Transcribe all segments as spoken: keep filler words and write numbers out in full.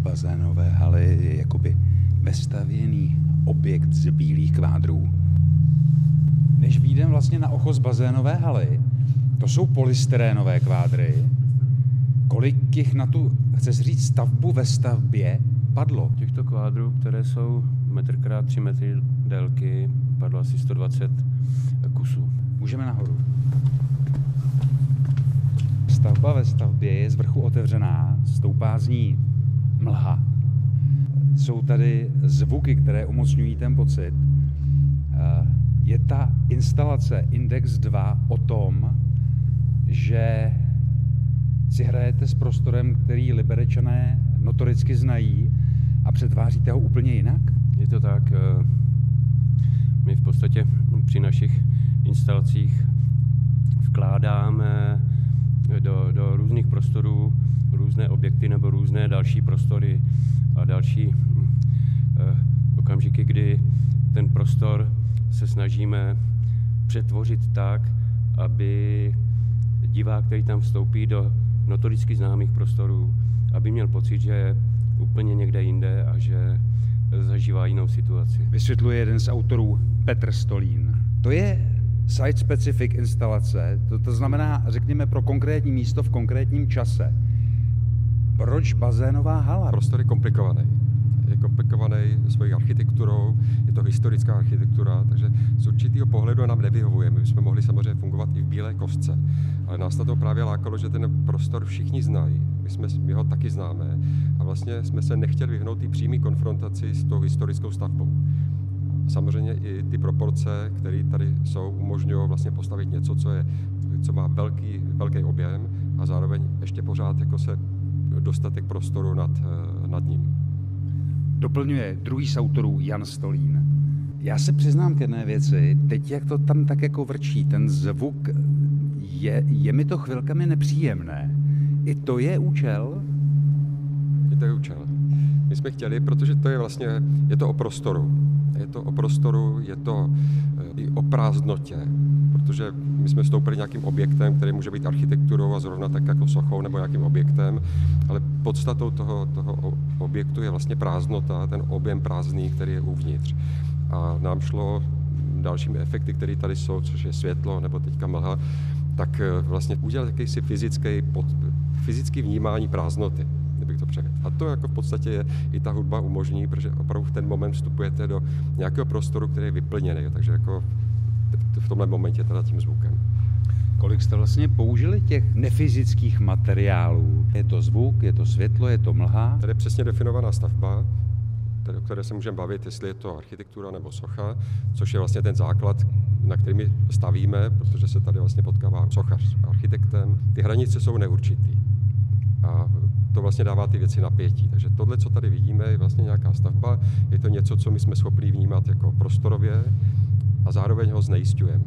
bazénové haly je jakoby vestavěný objekt z bílých kvádrů. Než vyjdem vlastně na ochos bazénové haly, to jsou polystyrénové kvádry. Kolik jich na tu, chce říct, stavbu ve stavbě padlo? Těchto kvádrů, které jsou metr krát tři metry délky, padlo asi sto dvacet kusů. Můžeme nahoru. Stavba ve stavbě je z vrchu otevřená, stoupá z ní mlha. Jsou tady zvuky, které umocňují ten pocit. Je ta instalace Index dva o tom, že si hrajete s prostorem, který Liberečané notoricky znají a přetváříte ho úplně jinak? Je to tak. My v podstatě při našich instalacích vkládáme do, do různých prostorů různé objekty nebo různé další prostory a další eh, okamžiky, kdy ten prostor se snažíme přetvořit tak, aby divák, který tam vstoupí do notoricky známých prostorů, aby měl pocit, že je úplně někde jinde a že zažívá jinou situaci. Vysvětluje jeden z autorů Petr Stolín. To je site-specific instalace, to, to znamená, řekněme, pro konkrétní místo v konkrétním čase. Proč bazénová hala? Prostor je komplikovaný. Je komplikovaný svojí architekturou, je to historická architektura, takže z určitého pohledu nám nevyhovuje. My bychom mohli samozřejmě fungovat i v bílé kostce, ale nás na to právě lákalo, že ten prostor všichni znají. My, jsme, my ho taky známe a vlastně jsme se nechtěli vyhnout té přímé konfrontaci s tou historickou stavbou. Samozřejmě i ty proporce, které tady jsou, umožňují vlastně postavit něco, co, je, co má velký, velký objem a zároveň ještě pořád jako se dostatek prostoru nad, nad ním. Doplňuje druhý z autorů Jan Stolín. Já se přiznám k jedné věci, teď jak to tam tak jako vrčí, ten zvuk, je, je mi to chvilkami nepříjemné. I to je účel? I to je účel. My jsme chtěli, protože to je vlastně, je to o prostoru. Je to o prostoru, je to i o prázdnotě, protože my jsme vstoupili nějakým objektem, který může být architekturou a zrovna tak jako sochou nebo nějakým objektem, ale podstatou toho, toho objektu je vlastně prázdnota, ten objem prázdný, který je uvnitř. A nám šlo dalšími efekty, které tady jsou, což je světlo nebo teďka mlha, tak vlastně udělat jakýsi fyzický, pod, fyzický vnímání prázdnoty, kdybych to převedl. A to jako v podstatě je, i ta hudba umožní, protože opravdu v ten moment vstupujete do nějakého prostoru, který je vyplněný, takže jako v tomhle momentě teda tím zvukem. Kolik jste vlastně použili těch nefyzických materiálů? Je to zvuk, je to světlo, je to mlha? Tady je přesně definovaná stavba, o které se můžeme bavit, jestli je to architektura nebo socha, což je vlastně ten základ, na který my stavíme, protože se tady vlastně potkává sochař s architektem. Ty hranice jsou neurčitý a to vlastně dává ty věci napětí. Takže tohle, co tady vidíme, je vlastně nějaká stavba, je to něco, co my jsme schopni vnímat jako prostorově a zároveň ho znejisťujeme.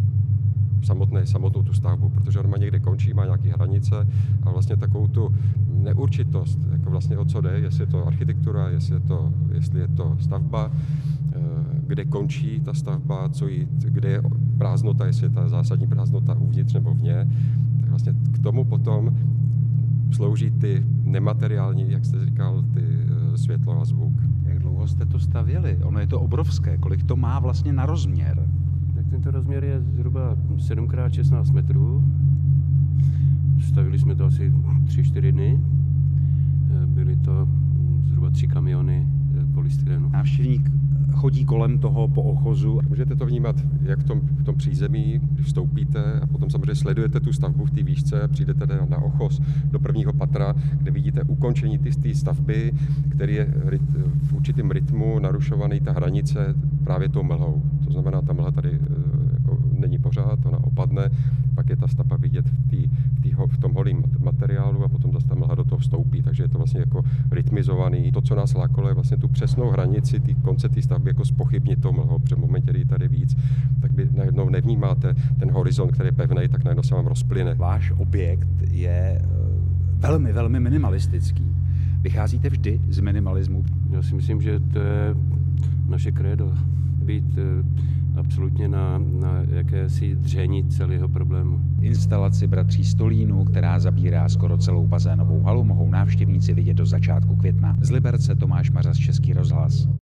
Samotné, samotnou tu stavbu, protože on má někde končí, má nějaké hranice a vlastně takovou tu neurčitost, jako vlastně o co jde, jestli je to architektura, jestli je to, jestli je to stavba, kde končí ta stavba, co jí, kde je prázdnota, jestli je ta zásadní prázdnota uvnitř nebo vně, tak vlastně k tomu potom slouží ty nemateriální, jak jste říkal, ty světlo a zvuk. Jak dlouho jste to stavěli? Ono je to obrovské, kolik to má vlastně na rozměr? Tento rozměr je zhruba sedm krát šestnáct metrů. Stavili jsme to asi tři čtyři dny. Byly to zhruba tři kamiony polystyrenu. Návštěvník chodí kolem toho po ochozu. Můžete to vnímat jak v tom, v tom přízemí, když vstoupíte a potom samozřejmě sledujete tu stavbu v té výšce a přijdete na ochoz do prvního patra, kde vidíte ukončení té stavby, který je v určitém rytmu narušovaný ta hranice právě tou mlhou. To znamená, ta mlha tady jako není pořád, ona opadne, pak je ta stavba vidět v, tý, v, tý, v tom holém materiálu a potom zase ta mlha do toho vstoupí, takže je to vlastně jako rytmizovaný. To, co nás lákalo, je vlastně tu přesnou hranici tý konce té stavby jako zpochybnit tou mlhou, protože v momentě, kdy je tady víc, tak by najednou nevnímáte ten horizont, který je pevný, tak najednou se vám rozplyne. Váš objekt je velmi, velmi minimalistický. Vycházíte vždy z minimalismu? Já si myslím, že to je naše krédo. Být absolutně na, na jakési dření celého problému. Instalaci bratří Stolínů, která zabírá skoro celou bazénovou halu, mohou návštěvníci vidět do začátku května. Z Liberce Tomáš Mařas, Český rozhlas.